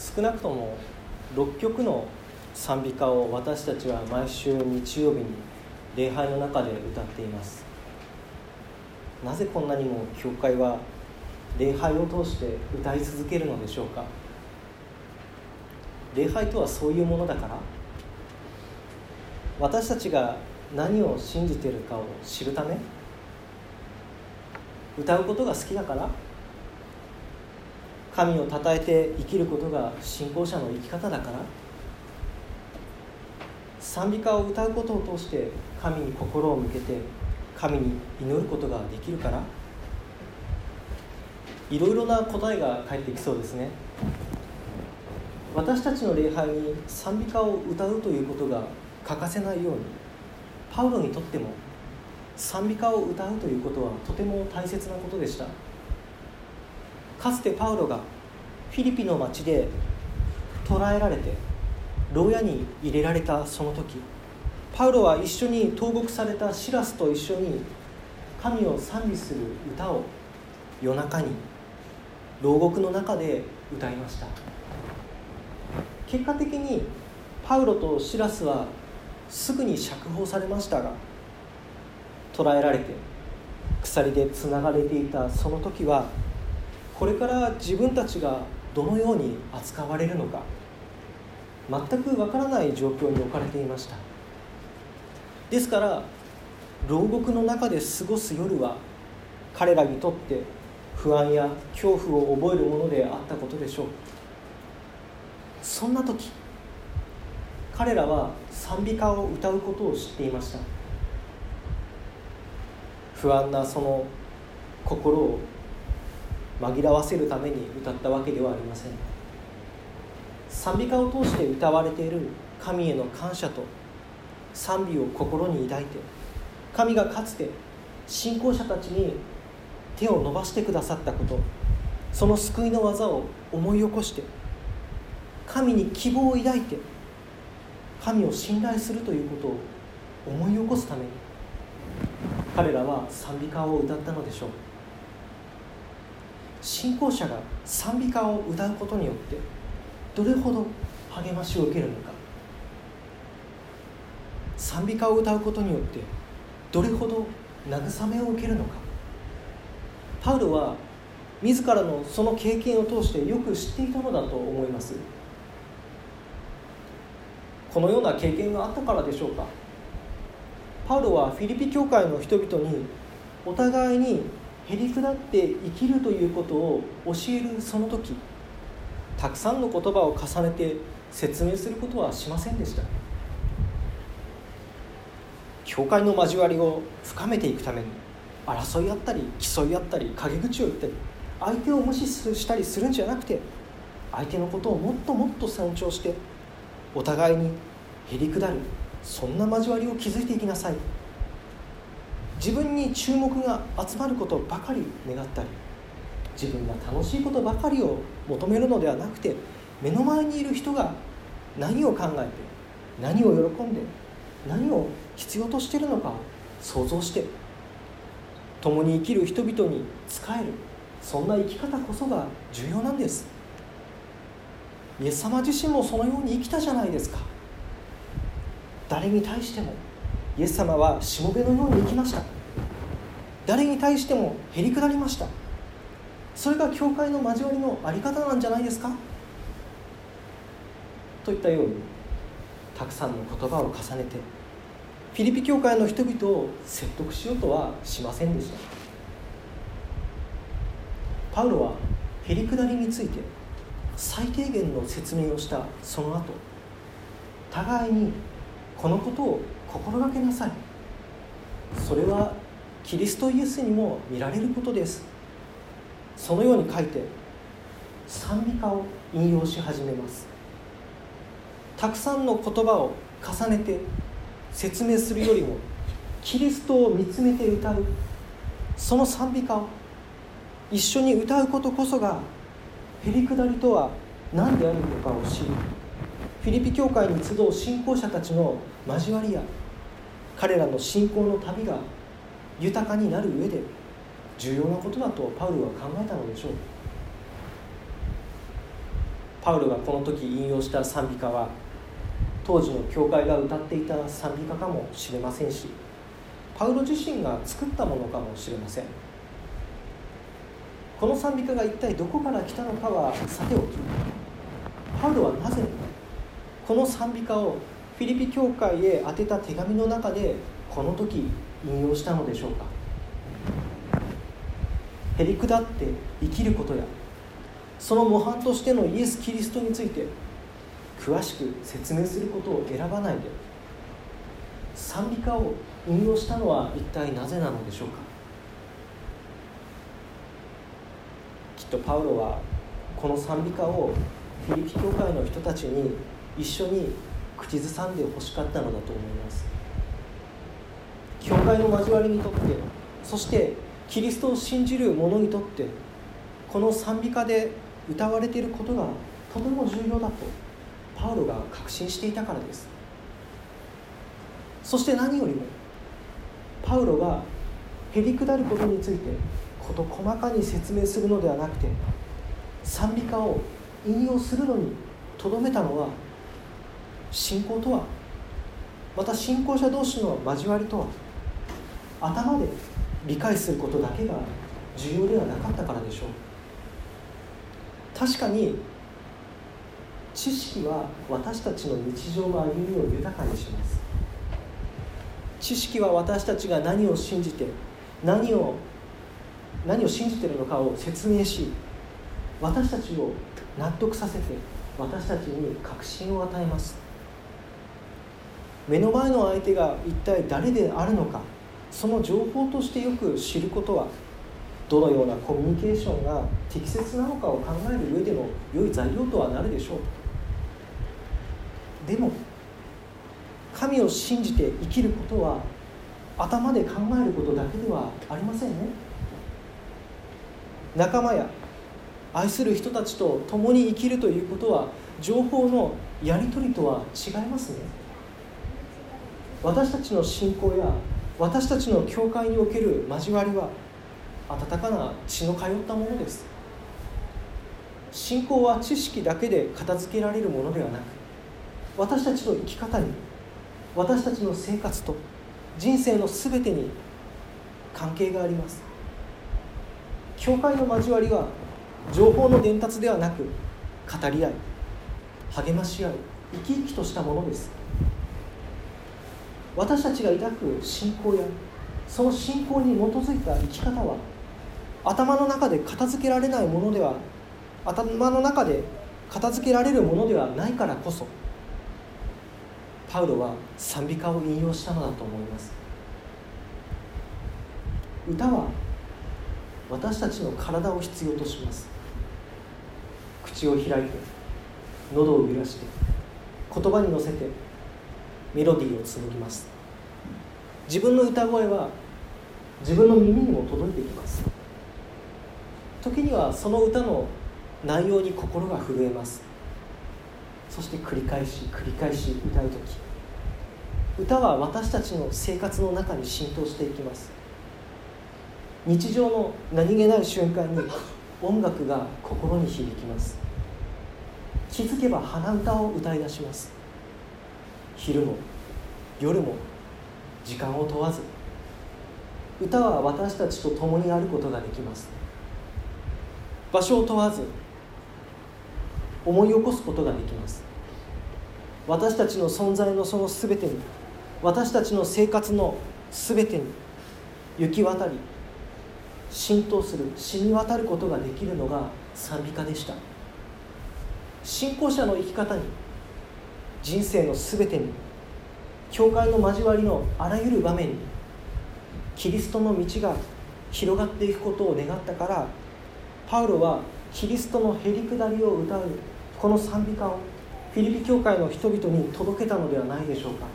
少なくとも6曲の賛美歌を私たちは毎週日曜日に礼拝の中で歌っています。なぜこんなにも教会は礼拝を通して歌い続けるのでしょうか。礼拝とはそういうものだから、私たちが何を信じているかを知るため、歌うことが好きだから、神を称えて生きることが信仰者の生き方だから、賛美歌を歌うことを通して神に心を向けて神に祈ることができるから、いろいろな答えが返ってきそうですね。私たちの礼拝に賛美歌を歌うということが欠かせないように、パウロにとっても賛美歌を歌うということはとても大切なことでした。かつてパウロがフィリピの町で捕らえられて牢屋に入れられたその時、パウロは一緒に投獄されたシラスと一緒に神を賛美する歌を夜中に牢獄の中で歌いました。結果的にパウロとシラスはすぐに釈放されましたが、捕らえられて鎖でつながれていたその時は、これから自分たちがどのように扱われるのか全くわからない状況に置かれていました。ですから牢獄の中で過ごす夜は彼らにとって不安や恐怖を覚えるものであったことでしょう。そんな時、彼らは賛美歌を歌うことを知っていました。不安なその心を紛らわせるために歌ったわけではありません。賛美歌を通して歌われている神への感謝と賛美を心に抱いて、神がかつて信仰者たちに手を伸ばしてくださったこと、その救いの技を思い起こして、神に希望を抱いて神を信頼するということを思い起こすために、彼らは賛美歌を歌ったのでしょう。信仰者が賛美歌を歌うことによってどれほど励ましを受けるのか、賛美歌を歌うことによってどれほど慰めを受けるのか、パウロは自らのその経験を通してよく知っていたのだと思います。このような経験があったからでしょうか。パウロはフィリピ教会の人々にお互いにへり下って生きるということを教えるその時、たくさんの言葉を重ねて説明することはしませんでした。教会の交わりを深めていくために争い合ったり競い合ったり陰口を言ったり相手を無視したりするんじゃなくて、相手のことをもっともっと尊重してお互いにへり下る、そんな交わりを築いていきなさい。自分に注目が集まることばかり願ったり、自分が楽しいことばかりを求めるのではなくて、目の前にいる人が何を考えて何を喜んで何を必要としているのかを想像して、共に生きる人々に仕える、そんな生き方こそが重要なんです。イエス様自身もそのように生きたじゃないですか。誰に対してもイエス様はしもべのように生きました。誰に対してもへり下りました。それが教会の交わりのあり方なんじゃないですかといったように、たくさんの言葉を重ねてフィリピ教会の人々を説得しようとはしませんでした。パウロはへり下りについて最低限の説明をしたその後、互いにこのことを心がけなさい、それはキリストイエスにも見られることです、そのように書いて賛美歌を引用し始めます。たくさんの言葉を重ねて説明するよりも、キリストを見つめて歌う、その賛美歌を一緒に歌うことこそがへり下りとは何であるのかを知り、フィリピ教会に集う信仰者たちの交わりや彼らの信仰の旅が豊かになる上で重要なことだとパウロは考えたのでしょう。 パウロがこの時引用した賛美歌は当時の教会が歌っていた賛美歌かもしれませんし、パウロ自身が作ったものかもしれません。この賛美歌が一体どこから来たのかはさておき、パウロはなぜこの賛美歌をフィリピ教会へ宛てた手紙の中でこの時引用したのでしょうか。へりくだって生きることや、その模範としてのイエス・キリストについて詳しく説明することを選ばないで賛美歌を引用したのは一体なぜなのでしょうか。きっとパウロはこの賛美歌をフィリピ教会の人たちに一緒に口ずさんでほしかったのだと思います。教会の交わりにとって、そしてキリストを信じる者にとって、この賛美歌で歌われていることがとても重要だとパウロが確信していたからです。そして何よりもパウロがへりくだることについて事細かに説明するのではなくて、賛美歌を引用するのにとどめたのは、信仰とは、また信仰者同士の交わりとは、頭で理解することだけが重要ではなかったからでしょう。確かに知識は私たちの日常の歩みを豊かにします。知識は私たちが何を信じて何を信じているのかを説明し、私たちを納得させて私たちに確信を与えます。目の前の相手が一体誰であるのか、その情報としてよく知ることは、どのようなコミュニケーションが適切なのかを考える上での良い材料とはなるでしょう。でも神を信じて生きることは頭で考えることだけではありませんね。仲間や愛する人たちと共に生きるということは、情報のやり取りとは違いますね。私たちの信仰や私たちの教会における交わりは温かな血の通ったものです。信仰は知識だけで片付けられるものではなく、私たちの生き方に、私たちの生活と人生のすべてに関係があります。教会の交わりは情報の伝達ではなく、語り合い、励まし合う生き生きとしたものです。私たちが抱く信仰やその信仰に基づいた生き方は、頭の中で片付けられないものでは、頭の中で片付けられるものではないからこそ、パウロは賛美歌を引用したのだと思います。歌は私たちの体を必要とします。口を開いて、喉を揺らして、言葉に乗せてメロディーを紡ぎます。自分の歌声は自分の耳にも届いてきます。時にはその歌の内容に心が震えます。そして繰り返し繰り返し歌うとき、歌は私たちの生活の中に浸透していきます。日常の何気ない瞬間に音楽が心に響きます。気づけば鼻歌を歌い出します。昼も夜も時間を問わず、歌は私たちと共にあることができます。場所を問わず思い起こすことができます。私たちの存在のそのすべてに、私たちの生活のすべてに行き渡り、浸透する、染み渡ることができるのが賛美歌でした。信仰者の生き方に、人生のすべてに、教会の交わりのあらゆる場面にキリストの道が広がっていくことを願ったから、パウロはキリストのへりくだりを歌うこの賛美歌をフィリピ教会の人々に届けたのではないでしょうか。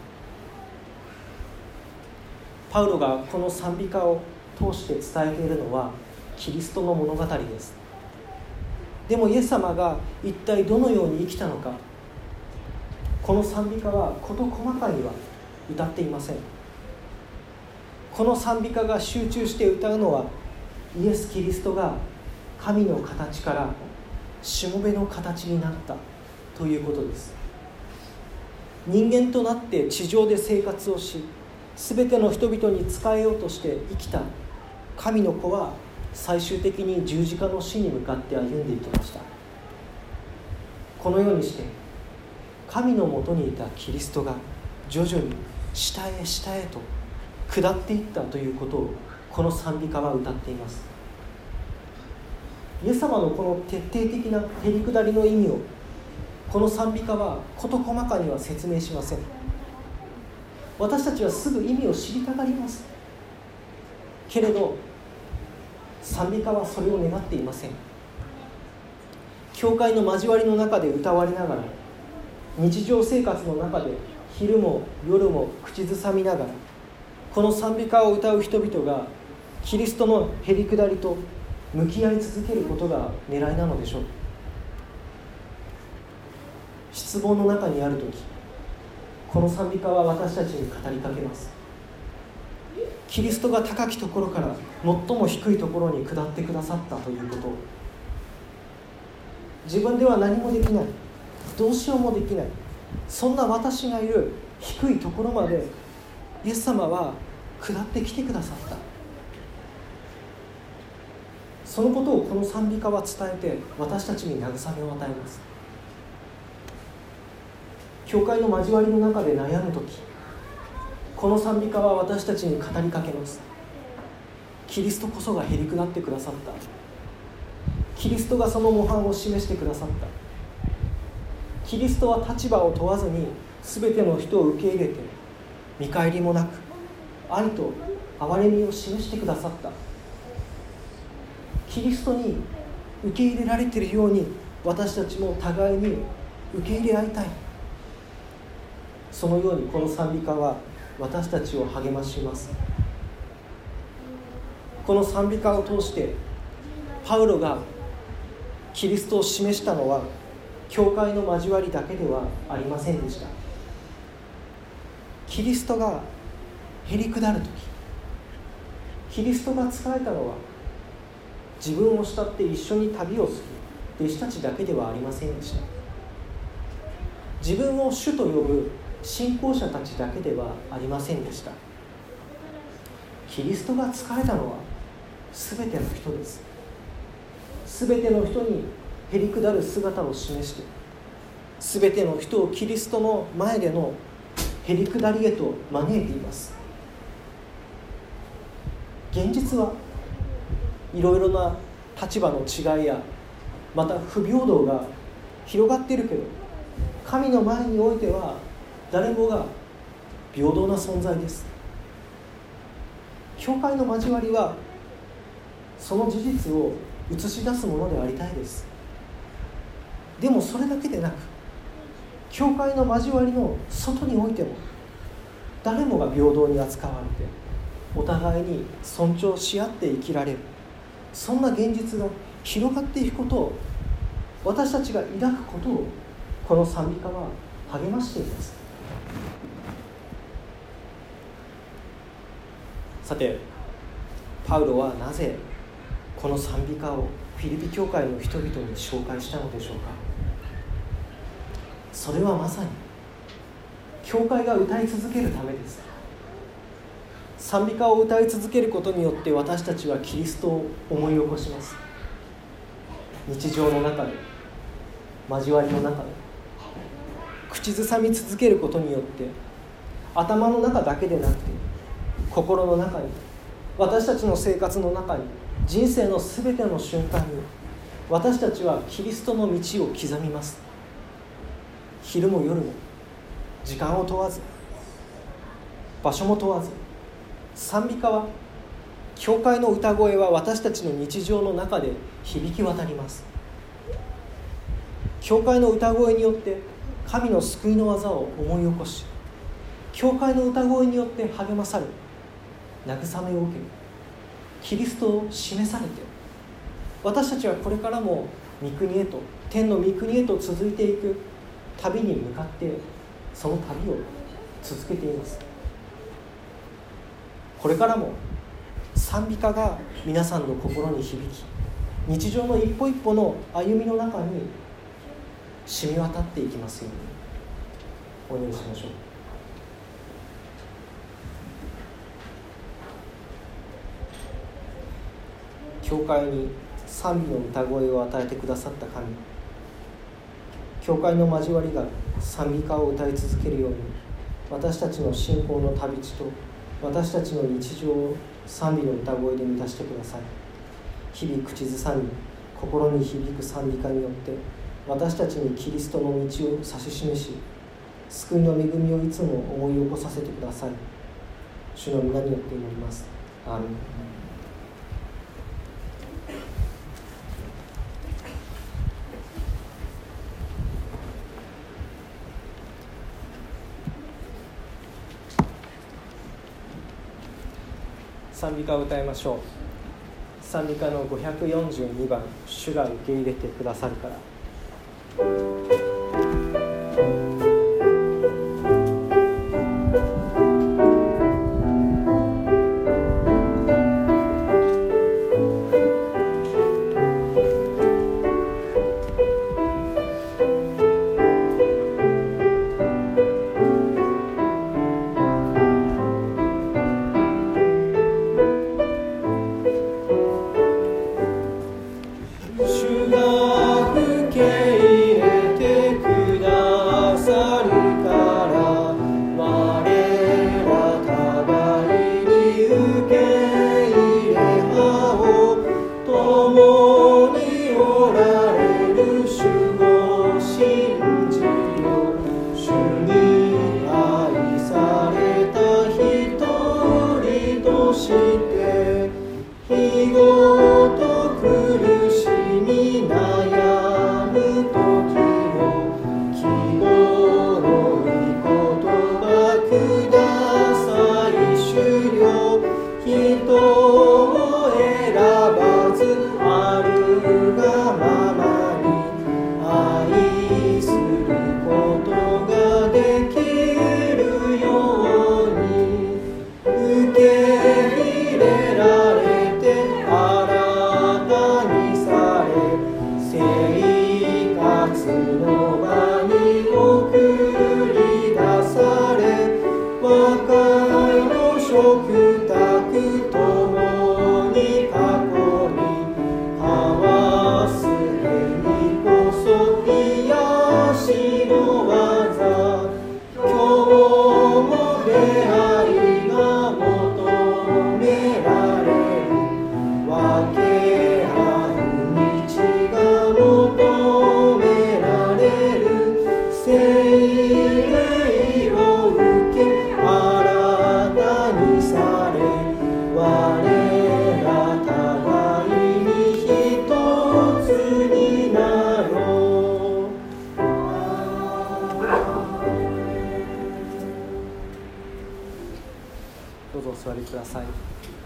パウロがこの賛美歌を通して伝えているのはキリストの物語です。でもイエス様が一体どのように生きたのか、この賛美歌は事細かには歌っていません。この賛美歌が集中して歌うのは、イエス・キリストが神の形からしもべの形になったということです。人間となって地上で生活をし、すべての人々に仕えようとして生きた神の子は、最終的に十字架の死に向かって歩んでいきました。このようにして神のもとにいたキリストが徐々に下へ下へと下っていったということを、この賛美歌は歌っています。イエス様のこの徹底的なへり下りの意味を、この賛美歌は事細かには説明しません。私たちはすぐ意味を知りたがりますけれど、賛美歌はそれを願っていません。教会の交わりの中で歌われながら、日常生活の中で昼も夜も口ずさみながら、この賛美歌を歌う人々がキリストのへり下りと向き合い続けることが狙いなのでしょう。失望の中にあるとき、この賛美歌は私たちに語りかけます。キリストが高きところから最も低いところに下ってくださったということ、自分では何もできない、どうしようもできない、そんな私がいる低いところまでイエス様は下ってきてくださった。そのことをこの賛美歌は伝えて、私たちに慰めを与えます。教会の交わりの中で悩むとき、この賛美歌は私たちに語りかけます。キリストこそがへり下ってくださった。キリストがその模範を示してくださった。キリストは立場を問わずに全ての人を受け入れて、見返りもなく愛と憐れみを示してくださった。キリストに受け入れられているように、私たちも互いに受け入れ合いたい。そのようにこの賛美歌は私たちを励まします。この賛美歌を通してパウロがキリストを示したのは、教会の交わりだけではありませんでした。キリストがへり下るとき、キリストが仕えたのは、自分を慕って一緒に旅をする弟子たちだけではありませんでした。自分を主と呼ぶ信仰者たちだけではありませんでした。キリストが仕えたのは全ての人です。全ての人にへり下る姿を示して、全ての人をキリストの前でのへり下りへと招いています。現実はいろいろな立場の違いや、また不平等が広がっているけど、神の前においては誰もが平等な存在です。教会の交わりはその事実を映し出すものでありたいです。でもそれだけでなく、教会の交わりの外においても誰もが平等に扱われて、お互いに尊重し合って生きられる、そんな現実が広がっていくことを、私たちが抱くことを、この賛美歌は励ましています。さて、パウロはなぜこの賛美歌をフィリピ教会の人々に紹介したのでしょうか。それはまさに教会が歌い続けるためです。賛美歌を歌い続けることによって、私たちはキリストを思い起こします。日常の中で、交わりの中で口ずさみ続けることによって、頭の中だけでなくて心の中に、私たちの生活の中に、人生のすべての瞬間に、私たちはキリストの道を刻みます。昼も夜も、時間を問わず、場所も問わず、賛美歌は、教会の歌声は私たちの日常の中で響き渡ります。教会の歌声によって神の救いの技を思い起こし、教会の歌声によって励まされ、慰めを受け、キリストを示されて、私たちはこれからも御国へと、天の御国へと続いていく旅に向かって、その旅を続けています。これからも賛美歌が皆さんの心に響き、 日常の一歩一歩の歩みの中に染み渡っていきますようにお祈りしましょう。教会に賛美の歌声を与えてくださった神、教会の交わりが賛美歌を歌い続けるように、私たちの信仰の旅路と私たちの日常を賛美の歌声で満たしてください。日々口ずさみ、心に響く賛美歌によって私たちにキリストの道を指し示し、救いの恵みをいつも思い起こさせてください。主の皆によって祈ります。アーメン。賛美歌を歌いましょう。賛美歌の542番、主が受け入れてくださるから。どうぞお座りください。